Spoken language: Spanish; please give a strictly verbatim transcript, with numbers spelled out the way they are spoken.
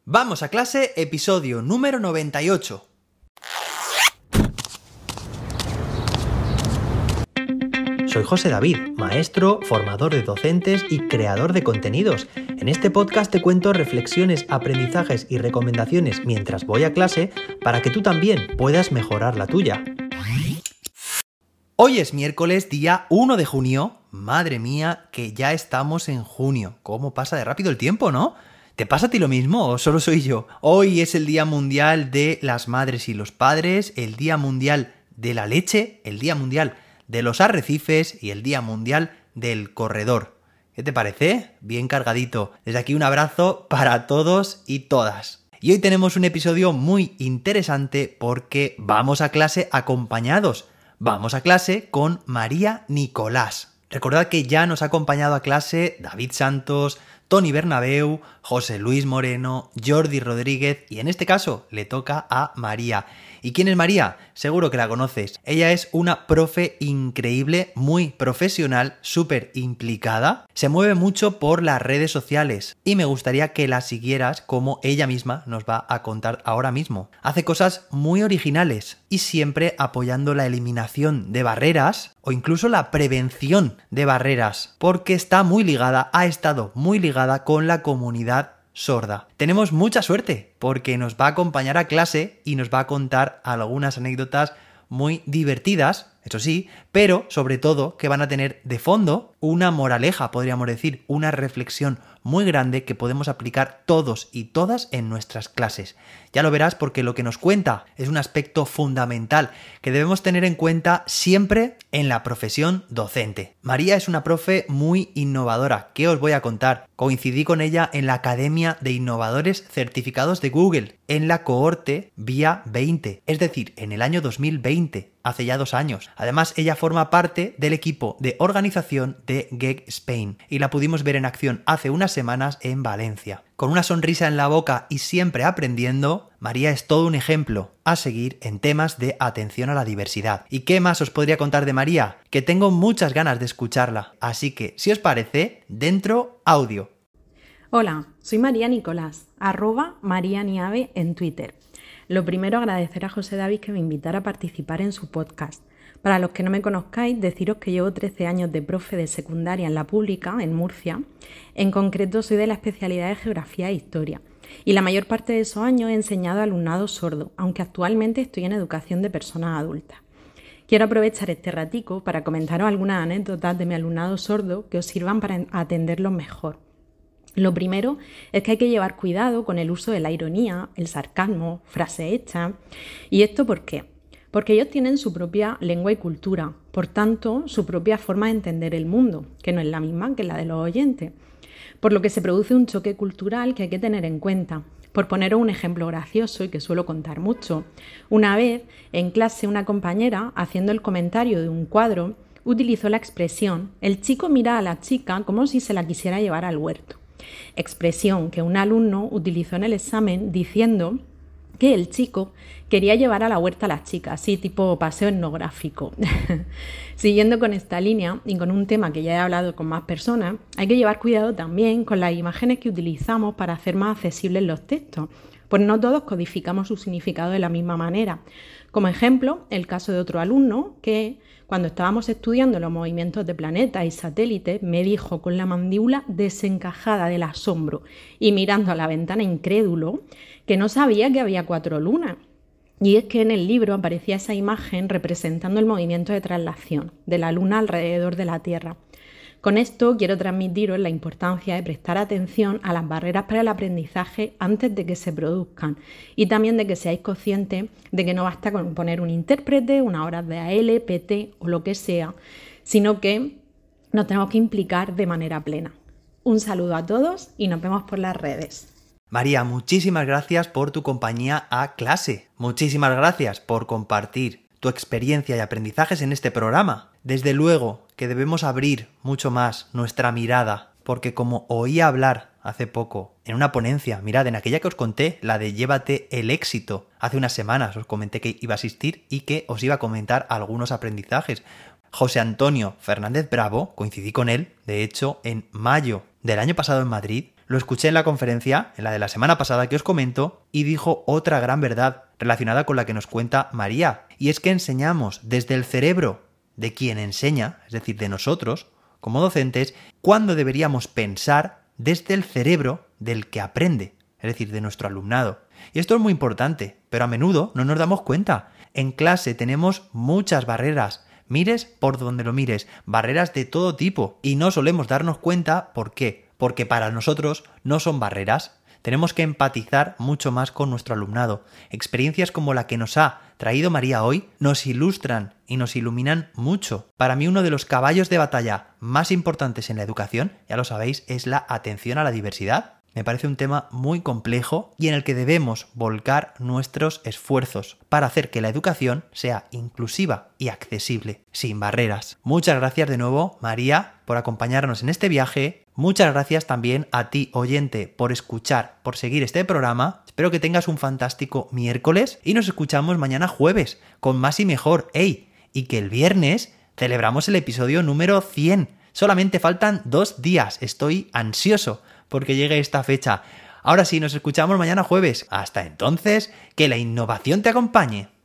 Vamos a clase, episodio número noventa y ocho. Soy José David, maestro, formador de docentes y creador de contenidos. En este podcast te cuento reflexiones, aprendizajes y recomendaciones mientras voy a clase para que tú también puedas mejorar la tuya. Hoy es miércoles, día uno de junio. Madre mía, que ya estamos en junio. ¿Cómo pasa de rápido el tiempo, no? ¿Te pasa a ti lo mismo o solo soy yo? Hoy es el Día Mundial de las Madres y los Padres, el Día Mundial de la Leche, el Día Mundial de los Arrecifes y el Día Mundial del Corredor. ¿Qué te parece? Bien cargadito. Desde aquí un abrazo para todos y todas. Y hoy tenemos un episodio muy interesante porque vamos a clase acompañados. Vamos a clase con María Nicolás. Recordad que ya nos ha acompañado a clase David Santos, Tony Bernabeu, José Luis Moreno, Jordi Rodríguez y en este caso le toca a María. ¿Y quién es María? Seguro que la conoces. Ella es una profe increíble, muy profesional, súper implicada. Se mueve mucho por las redes sociales y me gustaría que la siguieras como ella misma nos va a contar ahora mismo. Hace cosas muy originales y siempre apoyando la eliminación de barreras o incluso la prevención de barreras, porque está muy ligada, ha estado muy ligada con la comunidad sorda. Tenemos mucha suerte porque nos va a acompañar a clase y nos va a contar algunas anécdotas muy divertidas, eso sí, pero sobre todo que van a tener de fondo una moraleja, podríamos decir, una reflexión muy grande que podemos aplicar todos y todas en nuestras clases. Ya lo verás porque lo que nos cuenta es un aspecto fundamental que debemos tener en cuenta siempre en la profesión docente. María es una profe muy innovadora. ¿Qué os voy a contar? Coincidí con ella en la Academia de Innovadores Certificados de Google, en la cohorte Vía veinte, es decir, en el año dos mil veinte. Hace ya dos años. Además, ella forma parte del equipo de organización de Geek Spain y la pudimos ver en acción hace unas semanas en Valencia. Con una sonrisa en la boca y siempre aprendiendo, María es todo un ejemplo a seguir en temas de atención a la diversidad. ¿Y qué más os podría contar de María? Que tengo muchas ganas de escucharla. Así que, si os parece, dentro audio. Hola, soy María Nicolás, arroba María Niave en Twitter. Lo primero, agradecer a José David que me invitara a participar en su podcast. Para los que no me conozcáis, deciros que llevo trece años de profe de secundaria en la pública, en Murcia. En concreto, soy de la especialidad de Geografía e Historia. Y la mayor parte de esos años he enseñado a alumnado sordo, aunque actualmente estoy en educación de personas adultas. Quiero aprovechar este ratico para comentaros algunas anécdotas de mi alumnado sordo que os sirvan para atenderlos mejor. Lo primero es que hay que llevar cuidado con el uso de la ironía, el sarcasmo, frases hechas. ¿Y esto por qué? Porque ellos tienen su propia lengua y cultura, por tanto, su propia forma de entender el mundo, que no es la misma que la de los oyentes. Por lo que se produce un choque cultural que hay que tener en cuenta. Por poneros un ejemplo gracioso y que suelo contar mucho, una vez en clase una compañera, haciendo el comentario de un cuadro, utilizó la expresión «el chico mira a la chica como si se la quisiera llevar al huerto». Expresión que un alumno utilizó en el examen diciendo que el chico quería llevar a la huerta a las chicas, así tipo paseo etnográfico. Siguiendo con esta línea y con un tema que ya he hablado con más personas, hay que llevar cuidado también con las imágenes que utilizamos para hacer más accesibles los textos, pues no todos codificamos su significado de la misma manera. Como ejemplo, el caso de otro alumno que, cuando estábamos estudiando los movimientos de planetas y satélites, me dijo con la mandíbula desencajada del asombro y mirando a la ventana incrédulo que no sabía que había cuatro lunas. Y es que en el libro aparecía esa imagen representando el movimiento de traslación de la luna alrededor de la Tierra. Con esto quiero transmitiros la importancia de prestar atención a las barreras para el aprendizaje antes de que se produzcan y también de que seáis conscientes de que no basta con poner un intérprete, unas horas de A L, P T o lo que sea, sino que nos tenemos que implicar de manera plena. Un saludo a todos y nos vemos por las redes. María, muchísimas gracias por tu compañía a clase. Muchísimas gracias por compartir tu experiencia y aprendizajes en este programa. Desde luego que debemos abrir mucho más nuestra mirada, porque como oí hablar hace poco en una ponencia, mirad, en aquella que os conté, la de Llévate el éxito, hace unas semanas os comenté que iba a asistir y que os iba a comentar algunos aprendizajes. José Antonio Fernández Bravo, coincidí con él, de hecho, en mayo del año pasado en Madrid, Lo escuché en la conferencia, en la de la semana pasada que os comento, y dijo otra gran verdad relacionada con la que nos cuenta María, y es que enseñamos desde el cerebro de quien enseña, es decir, de nosotros, como docentes, cuando deberíamos pensar desde el cerebro del que aprende, es decir, de nuestro alumnado. Y esto es muy importante, pero a menudo no nos damos cuenta. En clase tenemos muchas barreras, mires por donde lo mires, barreras de todo tipo, y no solemos darnos cuenta. ¿Por qué? Porque para nosotros no son barreras. Tenemos que empatizar mucho más con nuestro alumnado. Experiencias como la que nos ha traído María hoy nos ilustran y nos iluminan mucho. Para mí uno de los caballos de batalla más importantes en la educación, ya lo sabéis, es la atención a la diversidad. Me parece un tema muy complejo y en el que debemos volcar nuestros esfuerzos para hacer que la educación sea inclusiva y accesible, sin barreras. Muchas gracias de nuevo, María, por acompañarnos en este viaje. Muchas gracias también a ti, oyente, por escuchar, por seguir este programa. Espero que tengas un fantástico miércoles y nos escuchamos mañana jueves con más y mejor. ¡Ey! Y que el viernes celebramos el episodio número cien. Solamente faltan dos días. Estoy ansioso porque llegue esta fecha. Ahora sí, nos escuchamos mañana jueves. Hasta entonces, que la innovación te acompañe.